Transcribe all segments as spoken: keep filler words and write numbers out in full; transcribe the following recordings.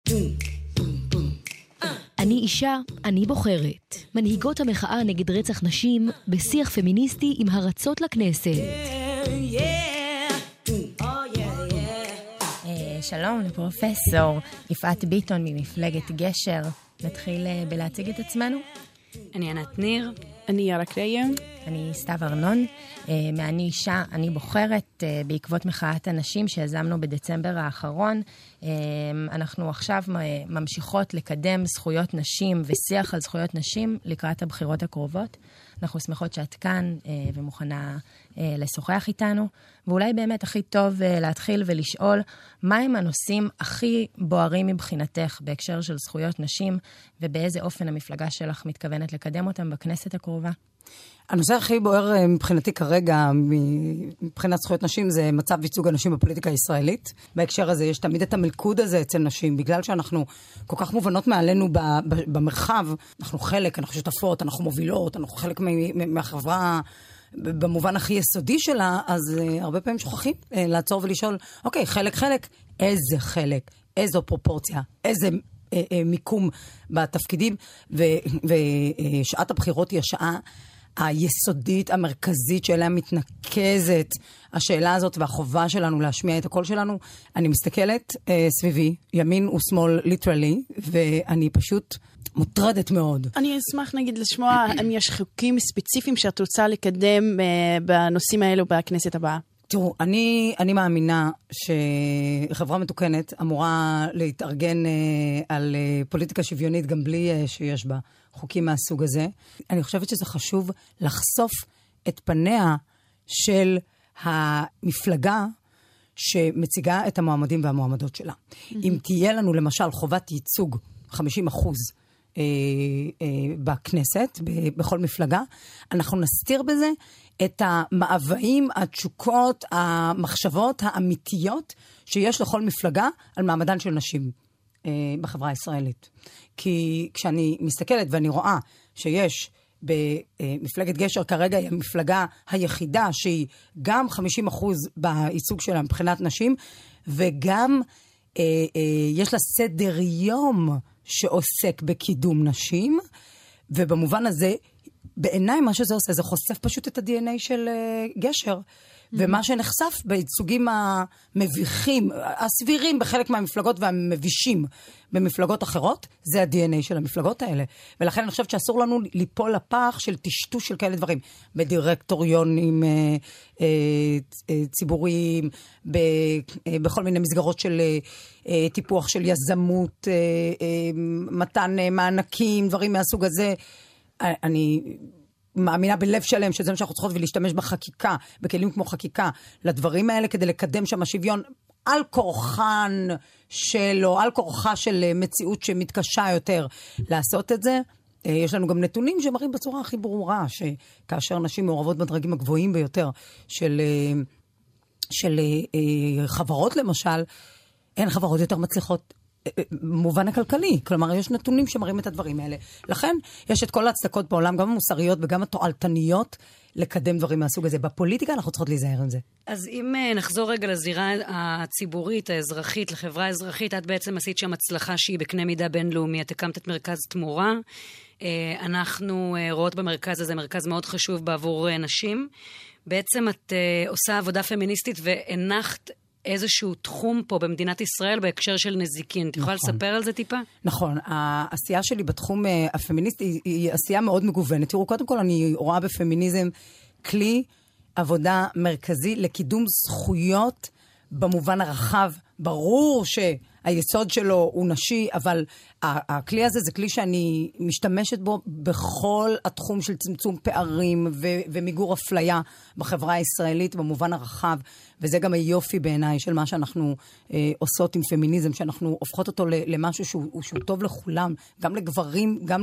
אני אישה, אני בוחרת. מנהיגות המחאה נגד רצח נשים בשיח פמיניסטי עם הרצות לכנסת. שלום לפרופסור יפעת ביטון ממפלגת גשר. נתחיל בלהציג את עצמנו. אני ענת ניר. אני ירה קרייר. אני סתיו ארנון. מאני אישה, אני בוחרת, בעקבות מחאת הנשים שיזמנו בדצמבר האחרון. אנחנו עכשיו ממשיכות לקדם זכויות נשים ושיח על זכויות נשים לקראת הבחירות הקרובות. אנחנו שמחות שאת כאן ומוכנה לשוחח איתנו. ואולי באמת הכי טוב להתחיל ולשאול מהם הנושאים הכי בוערים מבחינתך בהקשר של זכויות נשים, ובאיזה אופן המפלגה שלך מתכוונת לקדם אותם בכנסת הקרובה? הנושא הכי בוער מבחינתי כרגע, מבחינת זכויות נשים, זה מצב ייצוג הנשים בפוליטיקה הישראלית. בהקשר הזה יש תמיד את המלכוד הזה אצל נשים, בגלל שאנחנו כל כך מובנות מעלינו במרחב, אנחנו חלק, אנחנו שותפות, אנחנו מובילות, אנחנו חלק מהחברה במובן הכי יסודי שלה, אז הרבה פעמים שוכחים לעצור ולשאול, אוקיי, חלק חלק, איזה חלק, איזו פרופורציה, איזה מיקום בתפקידים, ושעת הבחירות היא השעה היסודית, המרכזית, שאליה מתנקזת השאלה הזאת, והחובה שלנו להשמיע את הקול שלנו. אני מסתכלת אה, סביבי, ימין ושמאל, ליטרלי, ואני פשוט מוטרדת מאוד. אני אשמח נגיד לשמוע, אם יש חוקים ספציפיים שאת רוצה לקדם אה, בנושאים האלו בכנסת הבאה. תראו, אני, אני מאמינה שחברה מתוקנת אמורה להתארגן אה, על אה, פוליטיקה שוויונית גם בלי אה, שיש בה חוקים מהסוג הזה. אני חושבת שזה חשוב לחשוף את פניה של המפלגה שמציגה את המועמדים והמועמדות שלה. Mm-hmm. אם תהיה לנו למשל חובת ייצוג חמישים אחוז אה, אה, בכנסת, ב- בכל מפלגה, אנחנו נסתיר בזה את המאוויים, התשוקות, המחשבות האמיתיות שיש לכל מפלגה על מעמדן של נשים אה, בחברה הישראלית. כי כשאני מסתכלת ואני רואה שיש במפלגת גשר כרגע היא המפלגה היחידה שהיא גם חמישים אחוז בייצוג שלה מבחינת נשים, וגם אה, אה, יש לה סדר יום שעוסק בקידום נשים, ובמובן הזה בעיניי מה שזה עושה, זה חושף פשוט את ה-די אן איי של uh, גשר. Mm-hmm. ומה שנחשף בייצוגים המביכים, הסבירים בחלק מהמפלגות והמבישים במפלגות אחרות, זה ה-די אן איי של המפלגות האלה. ולכן אני חושבת שאסור לנו ליפול לפח של טשטוש של כאלה דברים. בדירקטוריונים uh, uh, uh, ציבוריים, ב, uh, בכל מיני מסגרות של uh, uh, טיפוח של יזמות, uh, uh, מתן uh, מענקים, דברים מהסוג הזה. אני מאמינה בלב שלם שזה מה שאנחנו צריכות ולהשתמש בחקיקה, בכלים כמו חקיקה, לדברים האלה כדי לקדם שם השוויון על כורחן של, או על כורחה של מציאות שמתקשה יותר לעשות את זה. יש לנו גם נתונים שמראים בצורה הכי ברורה, שכאשר נשים מעורבות בדרגים הגבוהים ביותר של, של חברות למשל, אין חברות יותר מצליחות במובן הכלכלי. כלומר, יש נתונים שמראים את הדברים האלה. לכן, יש את כל ההצדקות בעולם, גם המוסריות וגם התועלתניות, לקדם דברים מהסוג הזה. בפוליטיקה אנחנו צריכות להיזהר עם זה. אז אם נחזור רגע לזירה הציבורית, האזרחית, לחברה האזרחית, את בעצם עשית שם הצלחה שהיא בקנה מידה בינלאומי. את הקמת את מרכז תמורה. אנחנו רואות במרכז הזה מרכז מאוד חשוב בעבור נשים. בעצם את עושה עבודה פמיניסטית והנחת איזשהו תחום פה במדינת ישראל בהקשר של נזיקין. את יכולה לספר על זה טיפה? נכון. העשייה שלי בתחום הפמיניסטי היא עשייה מאוד מגוונת. תראו, קודם כל אני רואה בפמיניזם כלי עבודה מרכזי לקידום זכויות במובן הרחב. ברור שהיסוד שלו הוא נשי, אבל הכלי הזה זה כלי שאני משתמשת בו בכל התחום של צמצום פערים ו- ומיגור אפליה בחברה הישראלית במובן הרחב, וזה גם היופי בעיניי של מה שאנחנו אה, עושות עם פמיניזם, שאנחנו הופכות אותו למשהו שהוא, שהוא טוב לכולם, גם לגברים, גם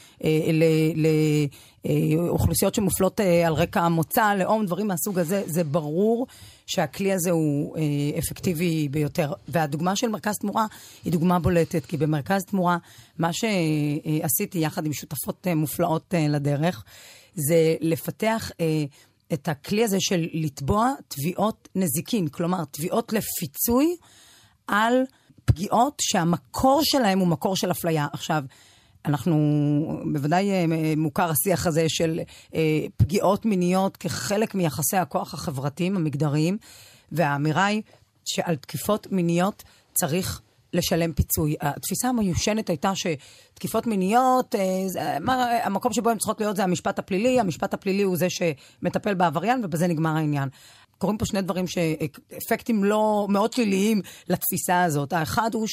לאוכלוסיות אה, שמופלות אה, על רקע המוצא, לאום, דברים מהסוג הזה. זה ברור שהכלי הזה הוא אה, אפקטיבי ביותר. והדוגמה של מרכז תמורה היא דוגמה בולטת, כי במרכז תמורה, מה שעשיתי יחד עם שותפות מופלאות לדרך, זה לפתח את הכלי הזה של לתבוע תביעות נזיקין, כלומר, תביעות לפיצוי על פגיעות שהמקור שלהם הוא מקור של אפליה. עכשיו, אנחנו בוודאי מוכר השיח הזה של פגיעות מיניות כחלק מיחסי הכוח החברתיים המגדריים, והאמירה היא שעל תקיפות מיניות צריך לשלם פיצוי. התפיסה המיושנת הייתה שתקיפות מיניות, המקום שבו הן צריכות להיות זה המשפט הפלילי, המשפט הפלילי הוא זה שמטפל בעבריין, ובזה נגמר העניין. קוראים פה שני דברים שאפקטים לא מאוד שליליים לתפיסה הזאת. האחד הוא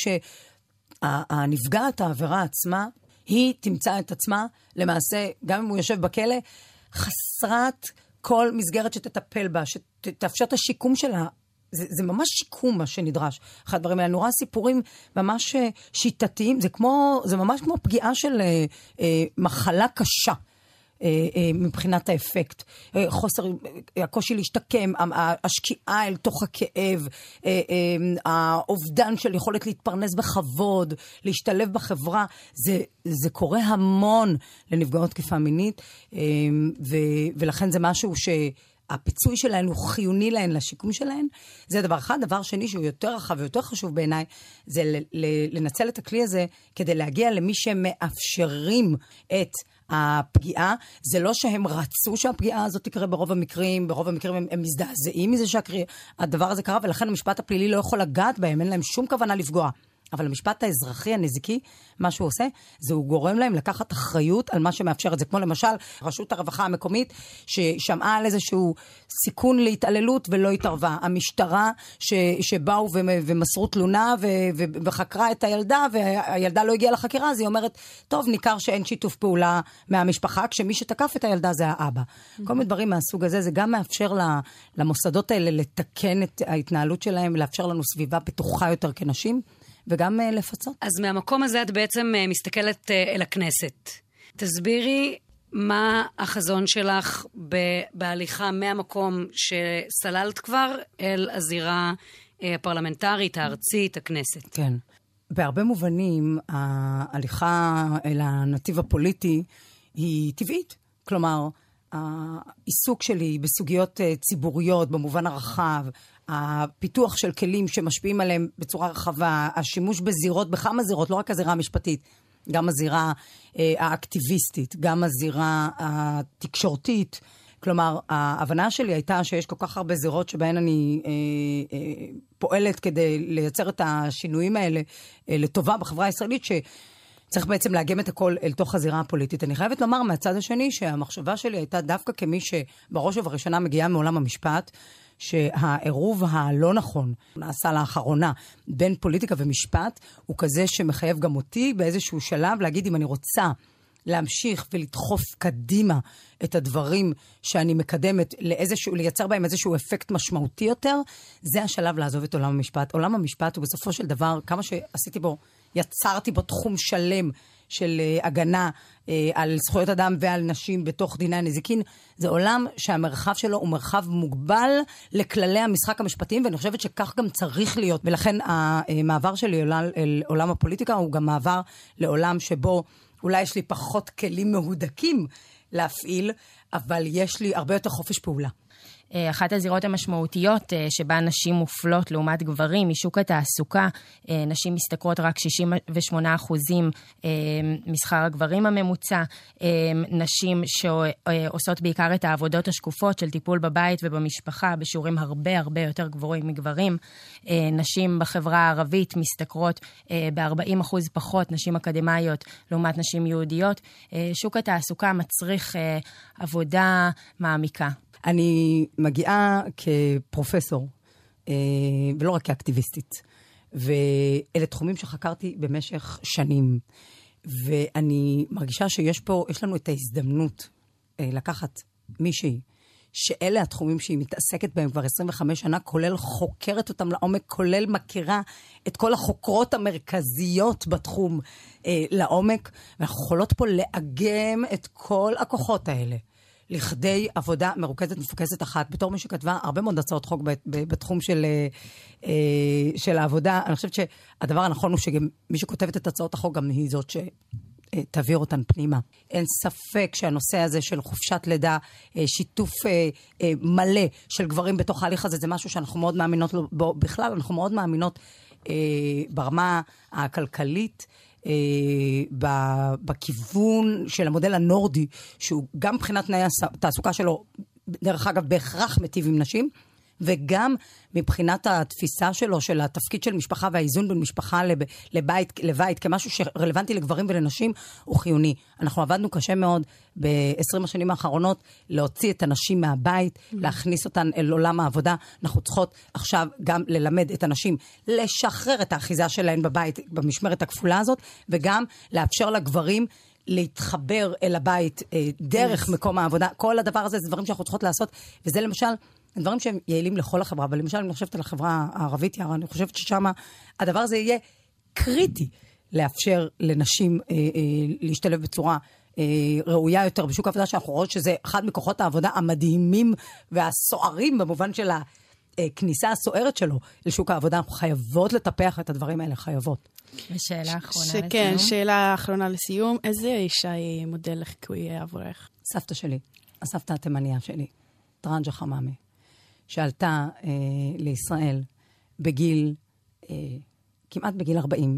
שהנפגעת העבירה עצמה, היא תמצא את עצמה, למעשה, גם אם הוא יושב בכלא, חסרת כל מסגרת שתטפל בה, שתאפשר את השיקום שלה. זה, זה ממש שיקום מה שנדרש. אחד הדברים האלה, נורא סיפורים ממש שיטתיים, זה כמו, זה ממש כמו פגיעה של אה, אה, מחלה קשה. מבחינת האפקט, חוסר, הקושי להשתקם, השקיעה אל תוך הכאב, האובדן של יכולת להתפרנס בכבוד, להשתלב בחברה, זה, זה קורה המון לנפגעות תקיפה מינית, ולכן זה משהו שהפיצוי שלהן הוא חיוני להן לשיקום שלהן. זה דבר אחד. דבר שני שהוא יותר רחב ויותר חשוב בעיניי, זה לנצל את הכלי הזה כדי להגיע למי שמאפשרים את הפגיעה. זה לא שהם רצו שהפגיעה הזאת תקרה ברוב המקרים, ברוב המקרים הם, הם מזדעזעים מזה שהדבר הזה קרה, ולכן המשפט הפלילי לא יכול לגעת בהם, אין להם שום כוונה לפגוע. אבל המשפט האזרחי הנזיקי, מה שהוא עושה, זה הוא גורם להם לקחת אחריות על מה שמאפשר את זה. כמו למשל, רשות הרווחה המקומית, ששמעה על איזשהו סיכון להתעללות ולא התערבה. המשטרה ש, שבאו ו, ומסרו תלונה ו, ו, וחקרה את הילדה, והילדה לא הגיעה לחקירה, אז היא אומרת, טוב, ניכר שאין שיתוף פעולה מהמשפחה, כשמי שתקף את הילדה זה האבא. Mm-hmm. כל מיני דברים מהסוג הזה, זה גם מאפשר למוסדות האלה לתקן את ההתנהלות שלהם, לאפשר לנו סביבה בטוחה יותר כנשים, וגם uh, לפצות. אז מהמקום הזה את בעצם uh, מסתכלת uh, אל הכנסת. תסבירי מה החזון שלך ב- בהליכה מהמקום שסללת כבר אל הזירה uh, הפרלמנטרית, הארצית, הכנסת. כן. בהרבה מובנים, ההליכה אל הנתיב הפוליטי היא טבעית. כלומר, העיסוק שלי בסוגיות uh, ציבוריות, במובן הרחב, הפיתוח של כלים שמשפיעים עליהם בצורה רחבה, השימוש בזירות, בכמה זירות, לא רק הזירה המשפטית, גם הזירה אה, האקטיביסטית, גם הזירה התקשורתית. כלומר, ההבנה שלי הייתה שיש כל כך הרבה זירות שבהן אני אה, אה, פועלת כדי לייצר את השינויים האלה אה, לטובה בחברה הישראלית, שצריך בעצם לאגם את הכל אל תוך הזירה הפוליטית. אני חייבת לומר מהצד השני שהמחשבה שלי הייתה דווקא כמי שבראש ובראשונה מגיעה מעולם המשפט, שהעירוב הלא נכון נעשה לאחרונה בין פוליטיקה ומשפט, הוא כזה שמחייב גם אותי באיזשהו שלב להגיד אם אני רוצה להמשיך ולדחוף קדימה את הדברים שאני מקדמת, לאיזשהו, לייצר בהם איזשהו אפקט משמעותי יותר, זה השלב לעזוב את עולם המשפט. עולם המשפט הוא בסופו של דבר, כמה שעשיתי בו, יצרתי בו תחום שלם של uh, הגנה uh, על זכויות אדם ועל נשים בתוך דיני הנזיקין, זה עולם שהמרחב שלו הוא מרחב מוגבל לכללי המשחק המשפטיים, ואני חושבת שכך גם צריך להיות. ולכן המעבר שלי אל, אל עולם הפוליטיקה הוא גם מעבר לעולם שבו אולי יש לי פחות כלים מהודקים להפעיל, אבל יש לי הרבה יותר חופש פעולה. אחת הזירות המשמעותיות שבה נשים מופלות לעומת גברים, משוק התעסוקה, נשים משתכרות רק שישים ושמונה אחוזים משכר הגברים הממוצע, נשים שעושות בעיקר את העבודות השקופות של טיפול בבית ובמשפחה, בשיעורים הרבה הרבה יותר גבוהים מגברים, נשים בחברה הערבית משתכרות ב-ארבעים אחוז פחות, נשים אקדמאיות לעומת נשים יהודיות. שוק התעסוקה מצריך עבודה מעמיקה. אני מגיעה כפרופסור, ולא רק כאקטיביסטית, ואלה תחומים שחקרתי במשך שנים, ואני מרגישה שיש פה, יש לנו את ההזדמנות לקחת מישהי, שאלה התחומים שהיא מתעסקת בהם כבר עשרים וחמש שנה, כולל חוקרת אותם לעומק, כולל מכירה את כל החוקרות המרכזיות בתחום לעומק, ואנחנו יכולות פה לאגם את כל הכוחות האלה. לכדי עבודה מרוכזת מפוקסת אחת. בתור מי שכתבה הרבה מאוד הצעות חוק בתחום של, של העבודה, אני חושבת שהדבר הנכון הוא שגם מי שכותבת את הצעות החוק גם היא זאת שתעביר אותן פנימה. אין ספק שהנושא הזה של חופשת לידה, שיתוף מלא של גברים בתוך ההליך הזה, זה משהו שאנחנו מאוד מאמינות בו בכלל, אנחנו מאוד מאמינות אה, ברמה הכלכלית, אה, בכיוון של המודל הנורדי, שהוא גם מבחינת תנאי התעסוקה שלו, דרך אגב, בהכרח מטיב עם נשים, וגם מבחינת התפיסה שלו, של התפקיד של משפחה והאיזון בין משפחה לב, לבית, לבית, כמשהו שרלוונטי לגברים ולנשים, הוא חיוני. אנחנו עבדנו קשה מאוד ב-עשרים השנים האחרונות, להוציא את הנשים מהבית, להכניס אותן אל עולם העבודה. אנחנו צריכות עכשיו גם ללמד את הנשים, לשחרר את האחיזה שלהן בבית, במשמרת הכפולה הזאת, וגם לאפשר לגברים להתחבר אל הבית אה, דרך מקום העבודה. כל הדבר הזה זה דברים שאנחנו צריכות לעשות, וזה למשל דברים שהם יעילים לכל החברה, אבל למשל אני חושבת על החברה הערבית, יערה, אני חושבת ששם הדבר הזה יהיה קריטי לאפשר לנשים אה, אה, להשתלב בצורה אה, ראויה יותר בשוק העבודה, שאנחנו רואות שזה אחד מכוחות העבודה המדהימים והסוערים במובן של הכניסה הסוערת שלו לשוק העבודה. אנחנו חייבות לטפח את הדברים האלה, חייבות. ושאלה אחרונה ש- לסיום. כן, שאלה אחרונה לסיום. איזה אישה היא מודל לחיקוי עבורך? סבתא שלי, הסבתא התימניה שלי, טרנג'ה חמאמי, שעלתה אה, לישראל בגיל, אה, כמעט בגיל ארבעים,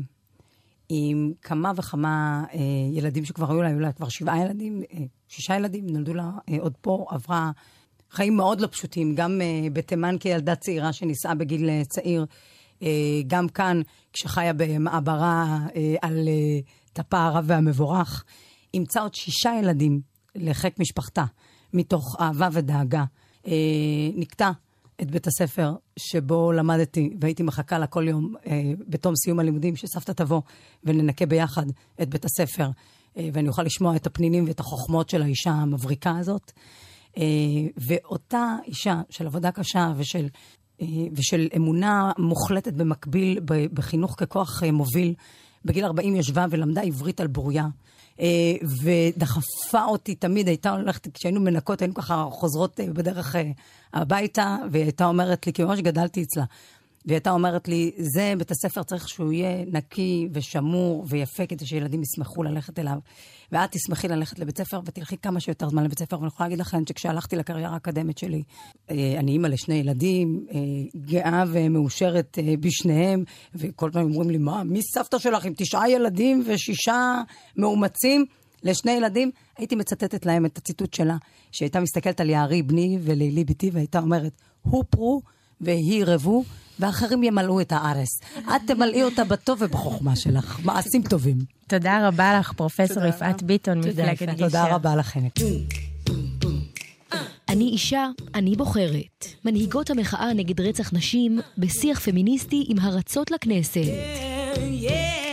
עם כמה וכמה אה, ילדים שכבר היו לה, היו לה כבר שבעה ילדים, אה, שישה ילדים, נולדו לה אה, עוד פה, עברה חיים מאוד לא פשוטים, גם אה, בתימן כילדה צעירה שנישאה בגיל אה, צעיר, אה, גם כאן כשחיה במעברה אה, על אה, טפה הרב והמבורך, ימצא עוד שישה ילדים לחיק משפחתה, מתוך אהבה ודאגה. אה, נקטע את בית הספר שבו למדתי, והייתי מחכה לה כל יום אה, בתום סיום הלימודים, שסבתא תבוא וננקה ביחד את בית הספר, אה, ואני אוכל לשמוע את הפנינים ואת החוכמות של האישה המבריקה הזאת. אה, ואותה אישה של עבודה קשה ושל, אה, ושל אמונה מוחלטת במקביל בחינוך ככוח אה, מוביל, בגיל ארבעים ישבה ולמדה עברית על בוריה, Uh, ודחפה אותי תמיד, הייתה הולכת, כשהיינו מנקות, היינו ככה חוזרות uh, בדרך uh, הביתה, והיא הייתה אומרת לי, כי ממש גדלתי אצלה, והיא הייתה אומרת לי, זה בית הספר צריך שהוא יהיה נקי ושמור ויפה, כדי שילדים ישמחו ללכת אליו, ואת תשמחי ללכת לבית ספר, ותלכי כמה שיותר זמן לבית ספר, ואני יכולה להגיד לכם שכשהלכתי לקריירה האקדמית שלי, uh, אני אימא לשני ילדים, uh, גאה ומאושרת uh, בשניהם, וכל פעם אומרים לי, מה, מי סבתא שלך עם תשעה ילדים ושישה מאומצים לשני ילדים? הייתי מצטטת להם את הציטוט שלה, שהייתה מסתכלת על יערי בני ולילי ביתי, והייתה אומרת, הוא פרו והיא רבו, ואחרים ימלאו את הארץ. את תמלאי אותה בטוב ובחוכמה שלך. מעשים טובים. תודה רבה לך, פרופסור יפעת ביטון, מפלגת גשר. תודה רבה לכם. אני אישה, אני בוחרת. מנהיגות המחאה נגד רצח נשים בשיח פמיניסטי עם הרצות לכנסת. Yeah, yeah.